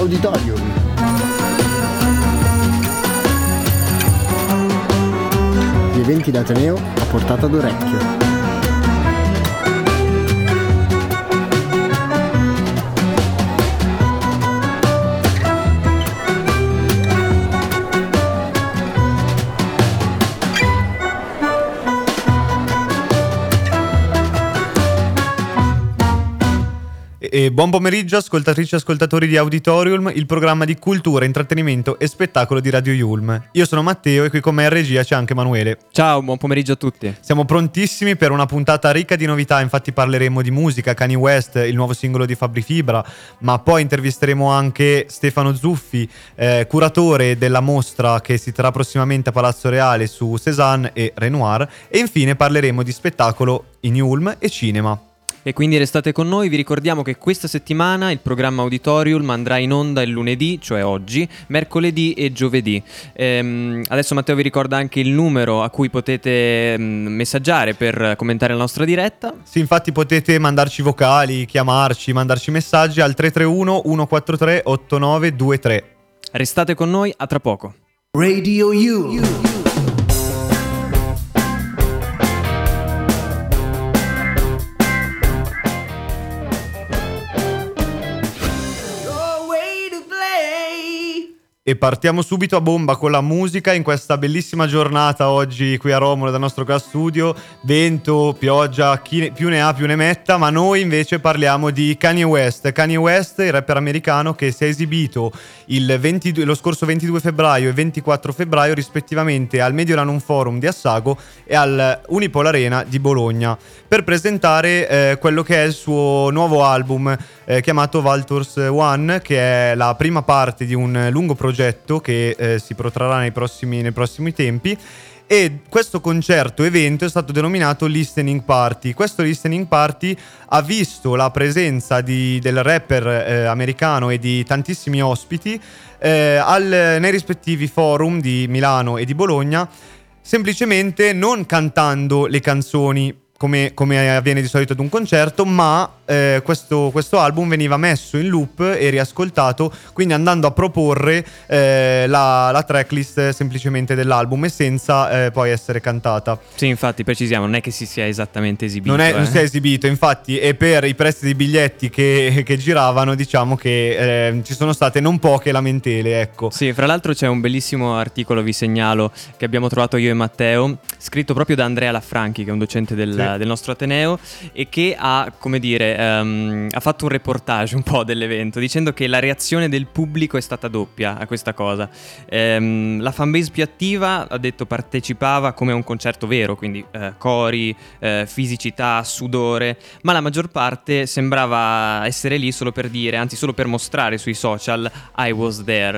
Auditorium. Gli eventi d'Ateneo a portata d'orecchio. E buon pomeriggio ascoltatrici e ascoltatori di Auditorium, il programma di cultura, intrattenimento e spettacolo di Radio Yulm. Io sono Matteo e qui con me in regia c'è anche Emanuele. Ciao, buon pomeriggio a tutti. Siamo prontissimi per una puntata ricca di novità, infatti parleremo di musica, Kanye West, il nuovo singolo di Fabri Fibra, ma poi intervisteremo anche Stefano Zuffi, curatore della mostra che si terrà prossimamente a Palazzo Reale su Cézanne e Renoir, e infine parleremo di spettacolo in Yulm e cinema. E quindi restate con noi, vi ricordiamo che questa settimana il programma Auditorium andrà in onda il lunedì, cioè oggi, mercoledì e giovedì. Adesso Matteo vi ricorda anche il numero a cui potete messaggiare per commentare la nostra diretta. Sì, infatti potete mandarci vocali, chiamarci, mandarci messaggi al 331 143 8923. Restate con noi, a tra poco. Radio U. E partiamo subito a bomba con la musica in questa bellissima giornata oggi qui a Romolo dal nostro class studio. Vento, pioggia, chi più ne ha più ne metta, ma noi invece parliamo di Kanye West. Kanye West, il rapper americano che si è esibito lo scorso 22 febbraio e 24 febbraio rispettivamente al Mediolanum Forum di Assago e al Unipol Arena di Bologna per presentare quello che è il suo nuovo album chiamato Vultures One, che è la prima parte di un lungo progetto che si protrarrà nei prossimi tempi. E questo concerto evento è stato denominato Listening Party. Questo Listening Party ha visto la presenza del rapper americano e di tantissimi ospiti nei rispettivi forum di Milano e di Bologna, semplicemente non cantando le canzoni come avviene di solito ad un concerto, ma questo album veniva messo in loop e riascoltato, quindi andando a proporre la tracklist semplicemente dell'album e senza poi essere cantata. Sì, infatti precisiamo, non è che si sia esattamente esibito. Non si è esibito, infatti, e per i prezzi dei biglietti che giravano, diciamo che ci sono state non poche lamentele, ecco. Sì, fra l'altro c'è un bellissimo articolo, vi segnalo, che abbiamo trovato io e Matteo, scritto proprio da Andrea Lafranchi, che è un docente del nostro Ateneo, e che ha, come dire, ha fatto un reportage un po' dell'evento, dicendo che la reazione del pubblico è stata doppia a questa cosa. La fanbase più attiva, ha detto, partecipava come a un concerto vero, quindi cori, fisicità, sudore, ma la maggior parte sembrava essere lì solo per dire, anzi solo per mostrare sui social I was there,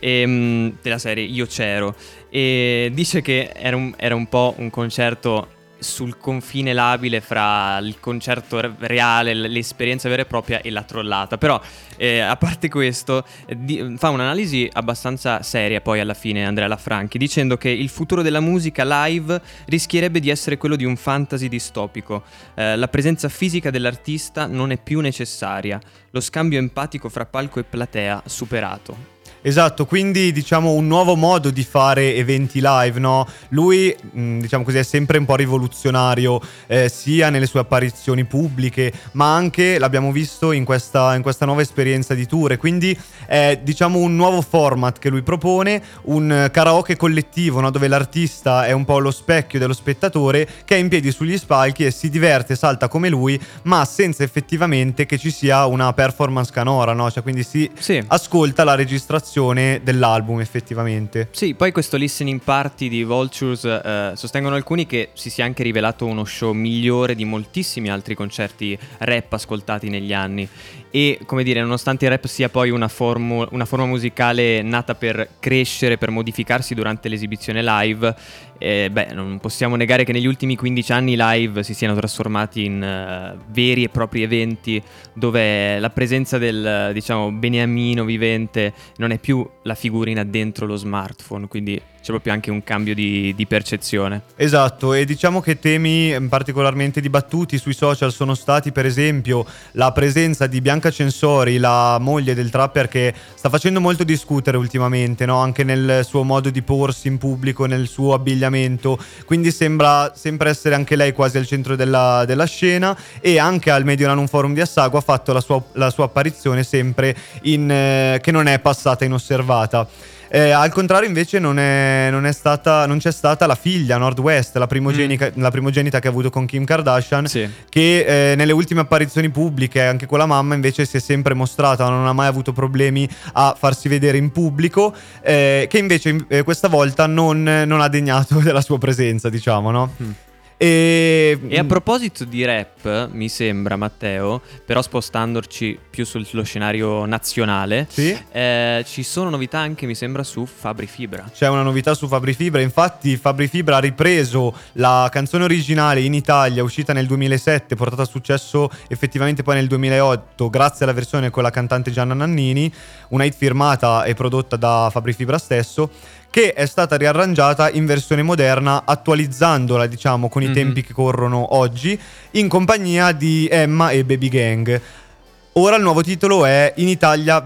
della serie io c'ero, e dice che era un po' un concerto sul confine labile fra il concerto reale, l'esperienza vera e propria e la trollata. Però a parte questo fa un'analisi abbastanza seria poi alla fine Andrea Lafranchi, dicendo che il futuro della musica live rischierebbe di essere quello di un fantasy distopico. La presenza fisica dell'artista non è più necessaria, lo scambio empatico fra palco e platea superato. Esatto, quindi diciamo un nuovo modo di fare eventi live, no? Lui, diciamo così, è sempre un po' rivoluzionario, sia nelle sue apparizioni pubbliche, ma anche l'abbiamo visto in questa nuova esperienza di tour. E quindi è, diciamo, un nuovo format che lui propone, un karaoke collettivo, no? Dove l'artista è un po' lo specchio dello spettatore che è in piedi sugli spalchi e si diverte, salta come lui, ma senza effettivamente che ci sia una performance canora, no? Cioè, quindi si ascolta la registrazione dell'album effettivamente. Sì, poi questo listening party di Vultures sostengono alcuni che si sia anche rivelato uno show migliore di moltissimi altri concerti rap ascoltati negli anni. E, come dire, nonostante il rap sia poi una forma musicale nata per crescere, per modificarsi durante l'esibizione live, non possiamo negare che negli ultimi 15 anni i live si siano trasformati in veri e propri eventi dove la presenza del, diciamo, beniamino vivente non è più la figurina dentro lo smartphone, quindi c'è proprio anche un cambio di percezione. Esatto, e diciamo che temi particolarmente dibattuti sui social sono stati, per esempio, la presenza di Bianca Censori, la moglie del trapper, che sta facendo molto discutere ultimamente, no? Anche nel suo modo di porsi in pubblico, nel suo abbigliamento, quindi sembra sempre essere anche lei quasi al centro della scena, e anche al Mediolanum Forum di Assago ha fatto la sua apparizione sempre che non è passata inosservata. Al contrario invece non c'è stata la figlia, Northwest, la primogenita che ha avuto con Kim Kardashian, Sì. che nelle ultime apparizioni pubbliche anche con la mamma invece si è sempre mostrata, non ha mai avuto problemi a farsi vedere in pubblico, che invece questa volta non ha degnato della sua presenza, diciamo, no? E a proposito di rap, mi sembra, Matteo, però spostandoci più sullo scenario nazionale, sì? Ci sono novità anche, mi sembra, su Fabri Fibra. C'è una novità su Fabri Fibra, infatti Fabri Fibra ha ripreso la canzone originale in Italia, uscita nel 2007, portata a successo effettivamente poi nel 2008 grazie alla versione con la cantante Gianna Nannini, una hit firmata e prodotta da Fabri Fibra stesso, che è stata riarrangiata in versione moderna, attualizzandola, diciamo, con i tempi che corrono oggi, in compagnia di Emma e Baby Gang. Ora il nuovo titolo è In Italia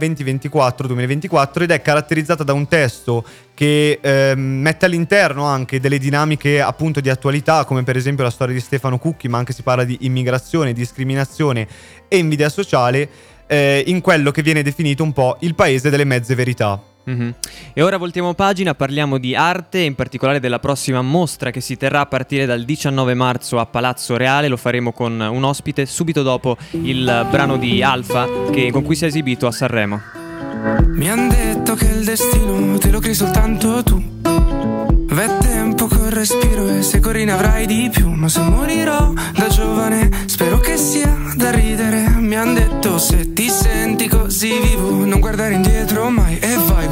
2024 ed è caratterizzata da un testo che mette all'interno anche delle dinamiche appunto di attualità, come per esempio la storia di Stefano Cucchi, ma anche si parla di immigrazione, discriminazione e invidia sociale, in quello che viene definito un po' il paese delle mezze verità. E ora voltiamo pagina, parliamo di arte, in particolare della prossima mostra che si terrà a partire dal 19 marzo a Palazzo Reale. Lo faremo con un ospite subito dopo il brano di Alfa con cui si è esibito a Sanremo. Mi han detto che il destino te lo crei soltanto tu. V'è tempo col respiro e se corri ne avrai di più. Ma se morirò da giovane spero che sia da ridere. Mi han detto se ti senti così vivo non guardare indietro mai e vai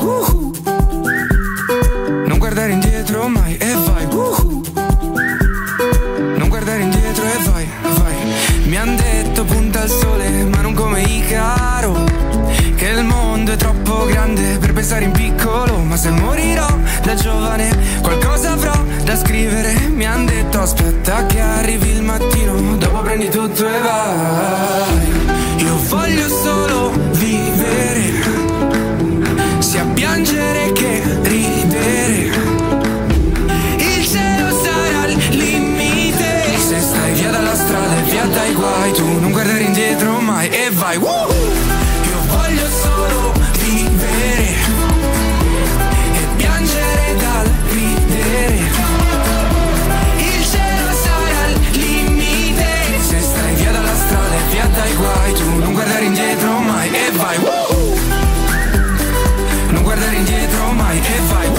non guardare indietro mai e vai non guardare indietro e vai. Mi han detto punta al sole ma non come Icaro, che il mondo è troppo grande per pensare in piccolo. Ma se morirò da giovane qualcosa avrò da scrivere. Mi han detto aspetta che arrivi il mattino, dopo prendi tutto e vai. Io voglio solo vivere, sia piangere che ridere. Il cielo sarà il limite, se stai via dalla strada e via dai guai, tu non guardare indietro mai e vai. Io voglio solo vivere e piangere dal ridere. Il cielo sarà il limite, se stai via dalla strada e via dai guai, tu non guardare indietro mai e vai. Non guardare indietro mai e vai.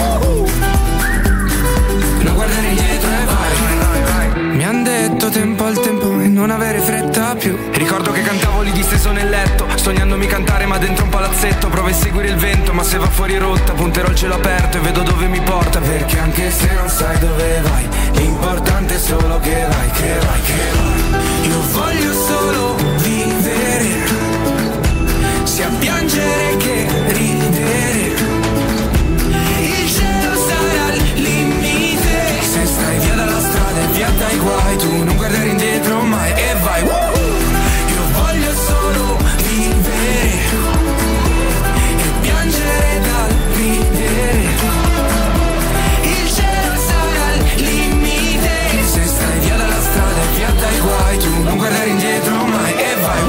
Non guardare indietro e vai. Mi han detto tempo al tempo e non avere fretta più. Ricordo che cantavo lì disteso nel letto, sognandomi cantare ma dentro un palazzetto. Provo a seguire il vento ma se va fuori rotta punterò il cielo aperto e vedo dove mi porta. Perché anche se non sai dove vai, l'importante è solo che vai, che vai, che vai. Io voglio solo vivere, sia piangere che ridere. Il cielo sarà il limite, se stai via dalla strada e via dai guai, tu non guardare indietro mai e vai. Io voglio solo vivere e piangere dal ridere. Il cielo sarà il limite, se stai via dalla strada e via dai guai, tu non guardare indietro mai e vai.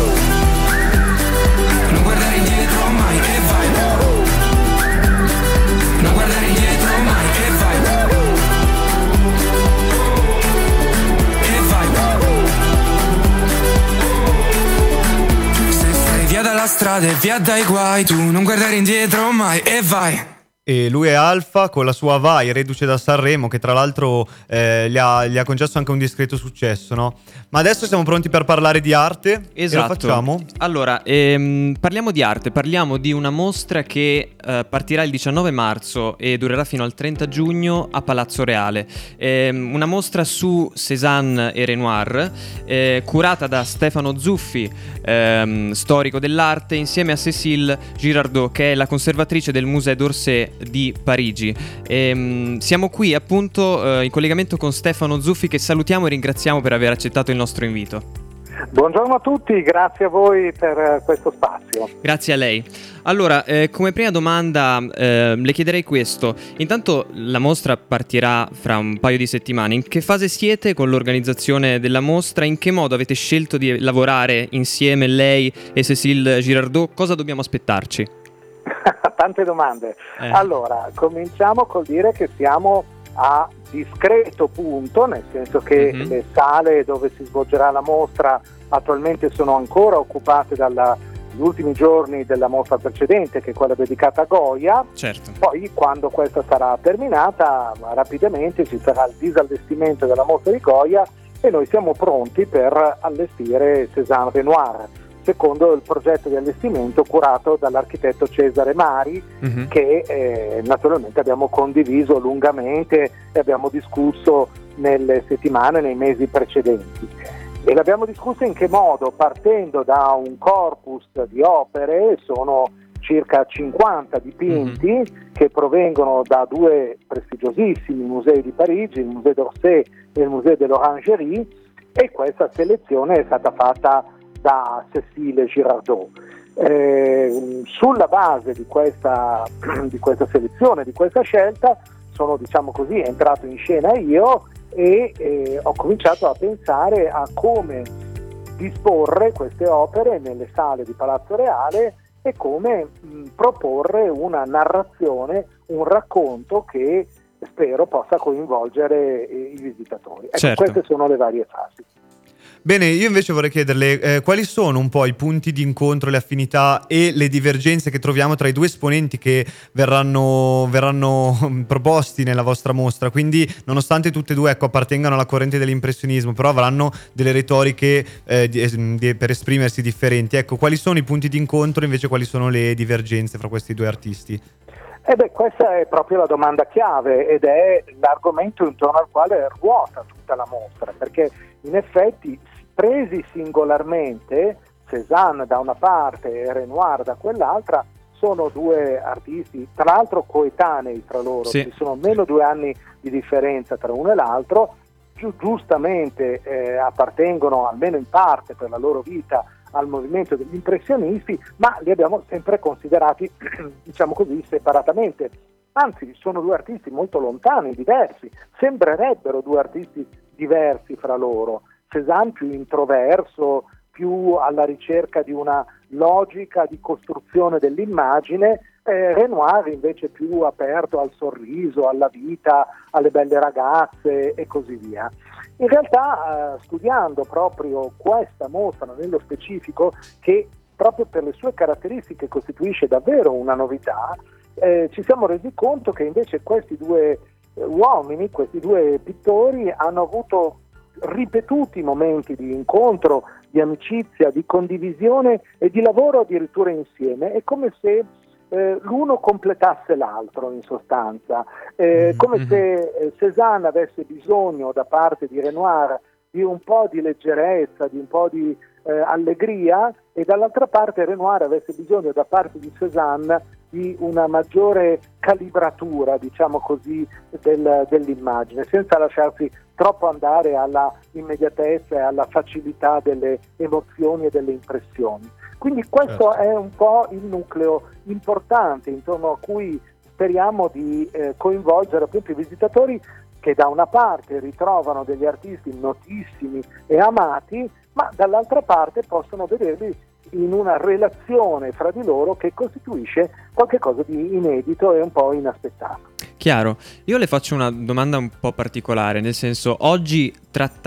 Non guardare indietro mai e vai. Non guardare indietro mai e vai. E vai. Se stai via dalla strada e via dai guai, tu non guardare indietro mai e vai. E lui è Alfa con la sua Vai, reduce da Sanremo, che tra l'altro gli ha concesso anche un discreto successo, no? Ma adesso siamo pronti per parlare di arte. Esatto. E lo facciamo? Allora, parliamo di arte, parliamo di una mostra che partirà il 19 marzo e durerà fino al 30 giugno a Palazzo Reale. Una mostra su Cézanne e Renoir, curata da Stefano Zuffi, storico dell'arte, insieme a Cécile Girardot, che è la conservatrice del Musée d'Orsay di Parigi. Siamo qui appunto in collegamento con Stefano Zuffi, che salutiamo e ringraziamo per aver accettato il nostro invito. Buongiorno a tutti, grazie a voi per questo spazio. Grazie a lei. Allora, come prima domanda le chiederei questo. Intanto la mostra partirà fra un paio di settimane. In che fase siete con l'organizzazione della mostra? In che modo avete scelto di lavorare insieme lei e Cécile Girardot? Cosa dobbiamo aspettarci? Tante domande. Allora, cominciamo col dire che siamo a discreto punto, nel senso che le sale dove si svolgerà la mostra attualmente sono ancora occupate gli ultimi giorni della mostra precedente, che è quella dedicata a Goya. Certo. Poi, quando questa sarà terminata, rapidamente ci sarà il disallestimento della mostra di Goya e noi siamo pronti per allestire Cézanne Renoir, secondo il progetto di allestimento curato dall'architetto Cesare Mari, che naturalmente abbiamo condiviso lungamente e abbiamo discusso nelle settimane, nei mesi precedenti. E l'abbiamo discusso in che modo? Partendo da un corpus di opere, sono circa 50 dipinti che provengono da due prestigiosissimi musei di Parigi, il Musée d'Orsay e il Musée de l'Orangerie, e questa selezione è stata fatta da Cécile Girardot. Sulla base di questa selezione, di questa scelta, sono, diciamo così, entrato in scena io e ho cominciato a pensare a come disporre queste opere nelle sale di Palazzo Reale e come proporre una narrazione, un racconto che spero possa coinvolgere i visitatori. Ecco, certo. Queste sono le varie fasi. Bene, io invece vorrei chiederle quali sono un po' i punti di incontro, le affinità e le divergenze che troviamo tra i due esponenti che verranno proposti nella vostra mostra. Quindi, nonostante tutte e due appartengano alla corrente dell'impressionismo, però avranno delle retoriche per esprimersi differenti. Ecco, quali sono i punti di incontro, invece quali sono le divergenze fra questi due artisti? Questa è proprio la domanda chiave ed è l'argomento intorno al quale ruota tutta la mostra, perché in effetti, presi singolarmente, Cézanne da una parte e Renoir da quell'altra, sono due artisti, tra l'altro coetanei tra loro, sì. Ci sono meno 2 anni di differenza tra uno e l'altro, giustamente appartengono almeno in parte per la loro vita al movimento degli impressionisti, ma li abbiamo sempre considerati, diciamo così, separatamente. Anzi, sono due artisti molto lontani, diversi, sembrerebbero due artisti diversi fra loro. Cézanne più introverso, più alla ricerca di una logica di costruzione dell'immagine, Renoir invece più aperto al sorriso, alla vita, alle belle ragazze e così via. In realtà, studiando proprio questa mostra nello specifico, che proprio per le sue caratteristiche costituisce davvero una novità, ci siamo resi conto che invece questi due uomini, questi due pittori hanno avuto ripetuti momenti di incontro, di amicizia, di condivisione e di lavoro addirittura insieme. È come se l'uno completasse l'altro, in sostanza, come se Cézanne avesse bisogno da parte di Renoir di un po' di leggerezza, di un po' di allegria, e dall'altra parte Renoir avesse bisogno da parte di Cézanne di una maggiore calibratura, diciamo così, dell'immagine, senza lasciarsi troppo andare alla immediatezza e alla facilità delle emozioni e delle impressioni. Quindi questo è un po' il nucleo importante intorno a cui speriamo di coinvolgere appunto i visitatori, che da una parte ritrovano degli artisti notissimi e amati, ma dall'altra parte possono vederli in una relazione fra di loro che costituisce qualcosa di inedito e un po' inaspettato. Chiaro. Io le faccio una domanda un po' particolare, nel senso, oggi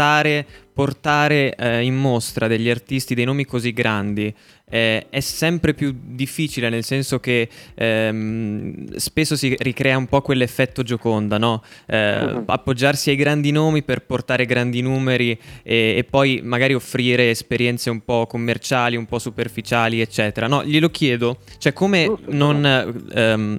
portare in mostra degli artisti, dei nomi così grandi, è sempre più difficile, nel senso che spesso si ricrea un po' quell'effetto Gioconda, no? Appoggiarsi ai grandi nomi per portare grandi numeri e poi magari offrire esperienze un po' commerciali, un po' superficiali, eccetera. No, glielo chiedo, cioè come non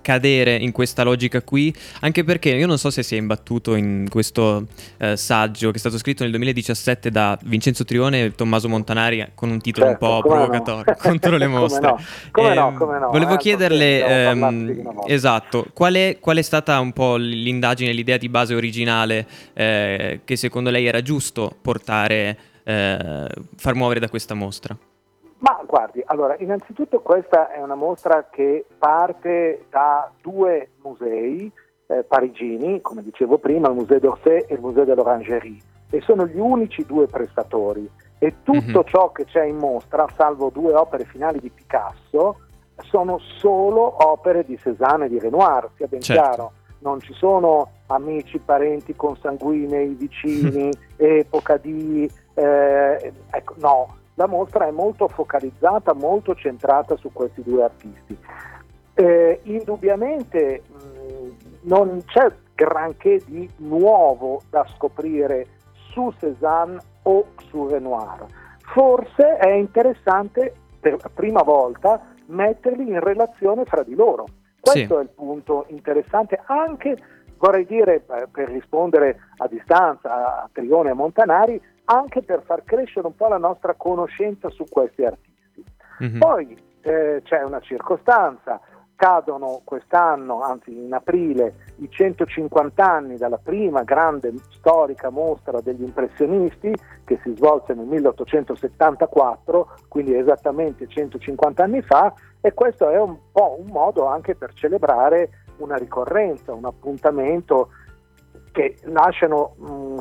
cadere in questa logica qui, anche perché io non so se si è imbattuto in questo saggio che è stato scritto nel 2017 da Vincenzo Trione e Tommaso Montanari con un titolo Certo, un po' come no. provocatorio contro le mostre. Come no. Volevo chiederle, una volta. esatto, qual è stata un po' l'indagine, l'idea di base originale che secondo lei era giusto portare, far muovere da questa mostra? Ma guardi, allora, innanzitutto questa è una mostra che parte da due musei parigini, come dicevo prima, il Musée d'Orsay e il Musée de l'Orangerie, e sono gli unici due prestatori, e tutto ciò che c'è in mostra, salvo due opere finali di Picasso, sono solo opere di Cézanne e di Renoir, sia ben chiaro. Non ci sono amici, parenti, consanguinei, vicini, epoca di... ecco, no, la mostra è molto focalizzata, molto centrata su questi due artisti. Indubbiamente non c'è granché di nuovo da scoprire su Cézanne o su Renoir. Forse è interessante per la prima volta metterli in relazione fra di loro. Questo è il punto interessante, anche, vorrei dire, per rispondere a distanza a Trione e Montanari, anche per far crescere un po' la nostra conoscenza su questi artisti. Poi c'è una circostanza, cadono quest'anno, anzi in aprile, i 150 anni dalla prima grande storica mostra degli impressionisti che si svolse nel 1874, quindi esattamente 150 anni fa, e questo è un po' un modo anche per celebrare una ricorrenza, un appuntamento che nascono,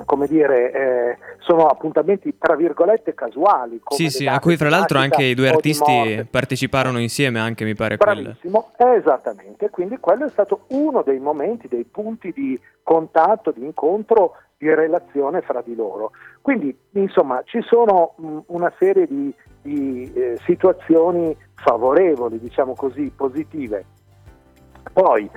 sono appuntamenti tra virgolette casuali. Come sì, a cui fra l'altro anche i due artisti parteciparono insieme, anche mi pare. Bravissimo, esattamente, quindi quello è stato uno dei momenti, dei punti di contatto, di incontro, di relazione fra di loro. Quindi insomma ci sono una serie di situazioni favorevoli, diciamo così, positive. Poi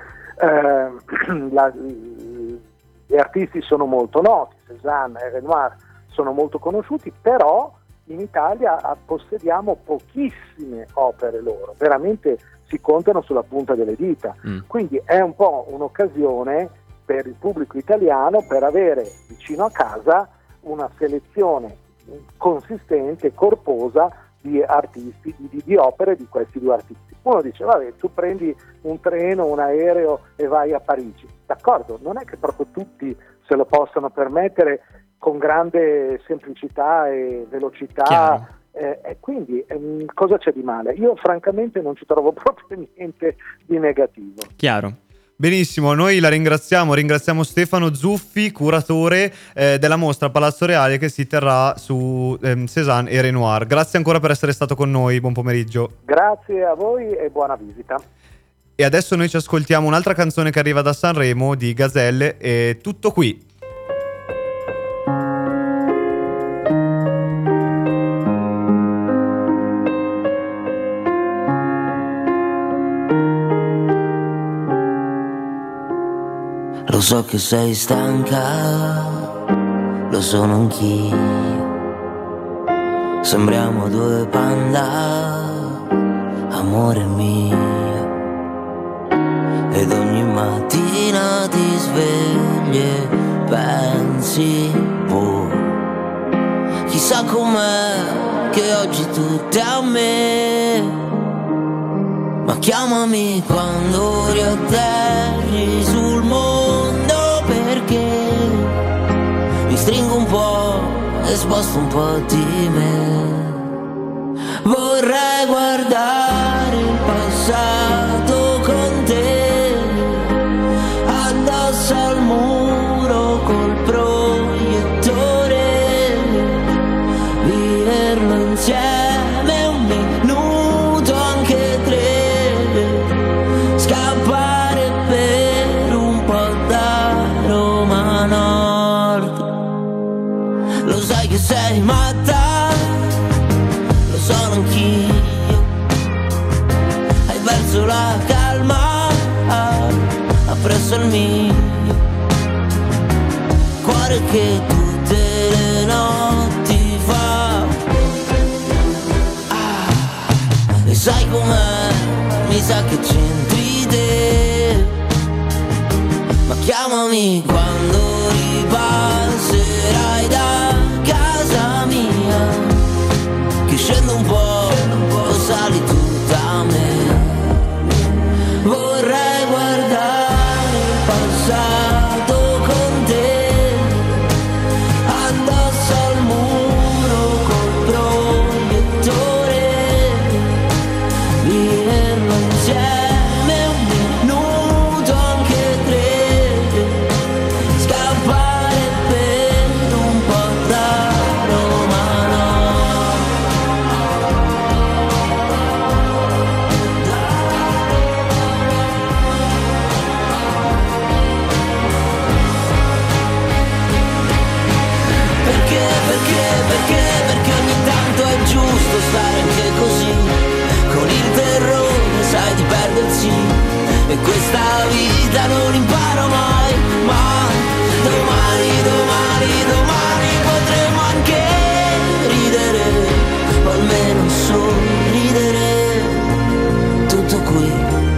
gli artisti sono molto noti, Cézanne e Renoir sono molto conosciuti, però in Italia possediamo pochissime opere loro, veramente si contano sulla punta delle dita, quindi è un po' un'occasione per il pubblico italiano per avere vicino a casa una selezione consistente, corposa di artisti, di opere di questi due artisti. Uno dice, vabbè, tu prendi un treno, un aereo e vai a Parigi. D'accordo, non è che proprio tutti se lo possano permettere con grande semplicità e velocità, e quindi cosa c'è di male? Io francamente non ci trovo proprio niente di negativo. Chiaro. Benissimo, noi la ringraziamo Stefano Zuffi, curatore della mostra Palazzo Reale che si terrà su Cézanne e Renoir. Grazie ancora per essere stato con noi, buon pomeriggio. Grazie a voi e buona visita. E adesso noi ci ascoltiamo un'altra canzone che arriva da Sanremo di Gazelle, e Tutto qui. Lo so che sei stanca, lo sono anch'io. Sembriamo due panda, amore mio. Ed ogni mattina ti svegli e pensi, boh, chissà com'è che oggi tutto è a me. Ma chiamami quando riatterri sul mondo, perché mi stringo un po' e sposto un po' di me. Vorrei guardare il passato con te, addosso al muro col proiettore, viverlo insieme un minuto, anche tre, scappare per un po' da Roma Nord. Lo sai che sei matta, lo sono anch'io. Hai perso la calma appresso il mio cuore che tutte le notti fa. E sai com'è? Mi sa che c'entri te. chiamami quando ripasserai da casa mia, che scendo un po', sali tutta a me. Vorrei guardare il passato con te, addosso al muro col proiettore, viverlo insieme un minuto, anche tre, scappare per un po' da Roma, no. Perché ogni tanto è giusto stare anche così, con il terrore, sai, di perdersi. E questa vita non imparo mai, ma domani potremo anche ridere, o almeno sorridere, tutto qui.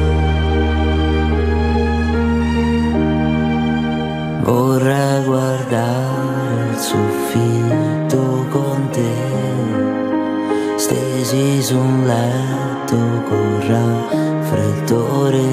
Vorrei guardare il soffitto con te, stesi su un letto con raffreddore,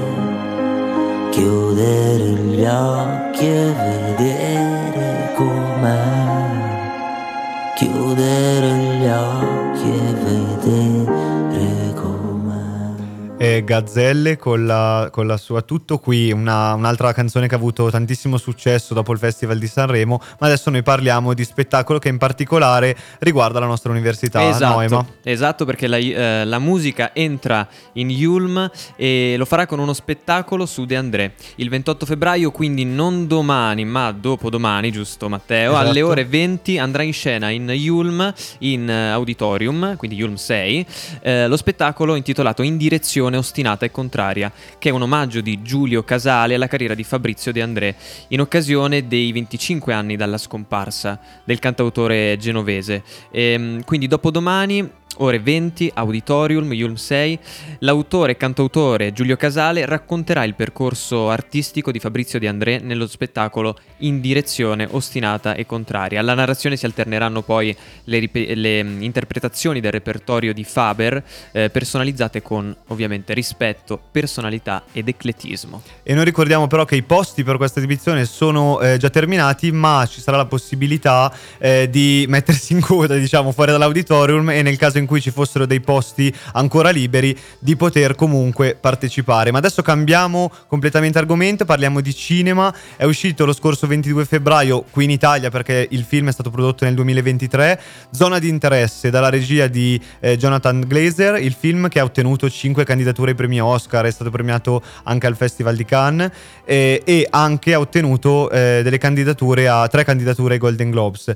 chiudere gli occhi e vedere com'è, chiudere gli occhi e vedere com'è. Gazzelle con la sua Tutto Qui, un'altra canzone che ha avuto tantissimo successo dopo il Festival di Sanremo, ma adesso noi parliamo di spettacolo che in particolare riguarda la nostra università, no, Ema? Esatto, perché la musica entra in Yulm e lo farà con uno spettacolo su De André il 28 febbraio, quindi non domani ma dopodomani, giusto Matteo? Esatto. Alle ore 20 andrà in scena in Yulm, in Auditorium, quindi Yulm 6, lo spettacolo intitolato In direzione ostinata e contraria, che è un omaggio di Giulio Casale alla carriera di Fabrizio De André in occasione dei 25 anni dalla scomparsa del cantautore genovese. Quindi dopodomani, ore 20, Auditorium, Yulm 6, l'autore e cantautore Giulio Casale racconterà il percorso artistico di Fabrizio De André nello spettacolo In direzione ostinata e contraria. Alla narrazione si alterneranno poi le interpretazioni del repertorio di Faber, personalizzate con ovviamente rispetto, personalità ed eclettismo. E noi ricordiamo però che i posti per questa esibizione sono già terminati, ma ci sarà la possibilità di mettersi in coda, diciamo, fuori dall'auditorium, e nel caso in cui ci fossero dei posti ancora liberi di poter comunque partecipare. Ma adesso cambiamo completamente argomento, parliamo di cinema. È uscito lo scorso 22 febbraio qui in Italia, perché il film è stato prodotto nel 2023, Zona di interesse, dalla regia di Jonathan Glazer, il film che ha ottenuto 5 candidature ai premi Oscar, è stato premiato anche al Festival di Cannes e anche ha ottenuto delle candidature 3 candidature ai Golden Globes,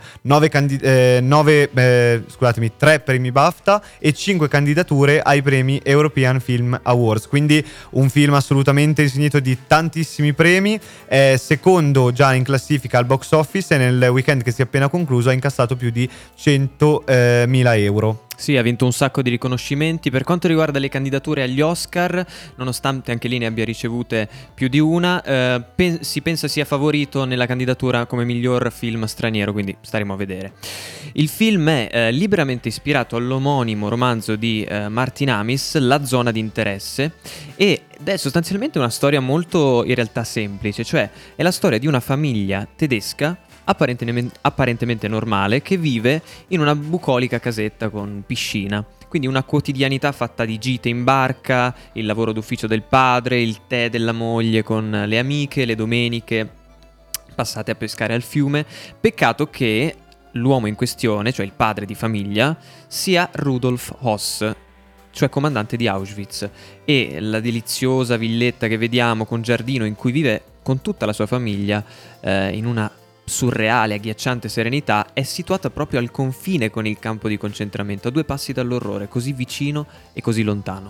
3 premi BAFTA e 5 candidature ai premi European Film Awards. Quindi un film assolutamente insignito di tantissimi premi, è secondo già in classifica al box office e nel weekend che si è appena concluso ha incassato più di 100.000 euro. Sì, ha vinto un sacco di riconoscimenti. Per quanto riguarda le candidature agli Oscar, nonostante anche lì ne abbia ricevute più di una, si pensa sia favorito nella candidatura come miglior film straniero, quindi staremo a vedere. Il film è liberamente ispirato all'omonimo romanzo di Martin Amis, La zona di interesse, ed è sostanzialmente una storia molto in realtà semplice, cioè è la storia di una famiglia tedesca apparentemente normale che vive in una bucolica casetta con piscina. Quindi una quotidianità fatta di gite in barca, il lavoro d'ufficio del padre, il tè della moglie con le amiche, le domeniche passate a pescare al fiume. Peccato che l'uomo in questione, cioè il padre di famiglia, sia Rudolf Hoss, cioè comandante di Auschwitz, e la deliziosa villetta che vediamo con giardino in cui vive con tutta la sua famiglia in una surreale, agghiacciante serenità, è situata proprio al confine con il campo di concentramento, a 2 passi dall'orrore, così vicino e così lontano.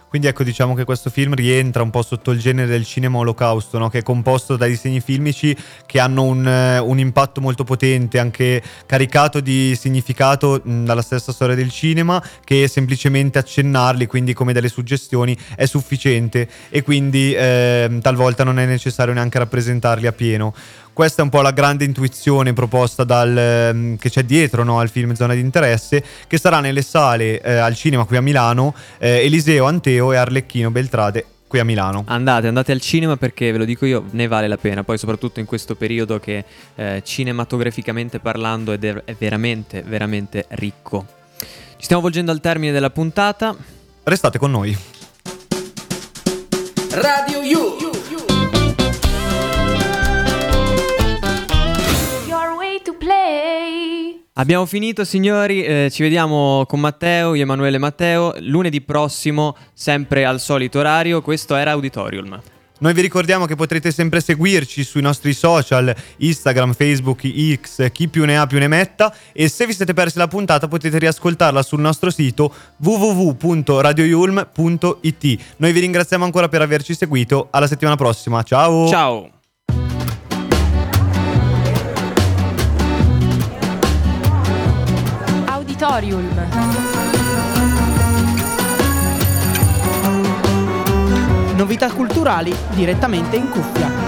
Quindi ecco, diciamo che questo film rientra un po' sotto il genere del cinema olocausto, no? Che è composto da disegni filmici che hanno un impatto molto potente, anche caricato di significato dalla stessa storia del cinema, che semplicemente accennarli, quindi come delle suggestioni, è sufficiente, e quindi talvolta non è necessario neanche rappresentarli a pieno. Questa è un po' la grande intuizione proposta che c'è dietro, no, al film Zona di Interesse, che sarà nelle sale al cinema qui a Milano, Eliseo Anteo e Arlecchino Beltrade qui a Milano. Andate al cinema, perché ve lo dico io, ne vale la pena. Poi soprattutto in questo periodo che cinematograficamente parlando è veramente, veramente ricco. Ci stiamo volgendo al termine della puntata. Restate con noi. Radio You. Abbiamo finito, signori, ci vediamo con Matteo, io Emanuele Matteo, lunedì prossimo, sempre al solito orario. Questo era Auditorium. Noi vi ricordiamo che potrete sempre seguirci sui nostri social, Instagram, Facebook, X, chi più ne ha più ne metta, e se vi siete persi la puntata potete riascoltarla sul nostro sito www.radioyulm.it. Noi vi ringraziamo ancora per averci seguito, alla settimana prossima, ciao! Ciao! Novità culturali direttamente in cuffia.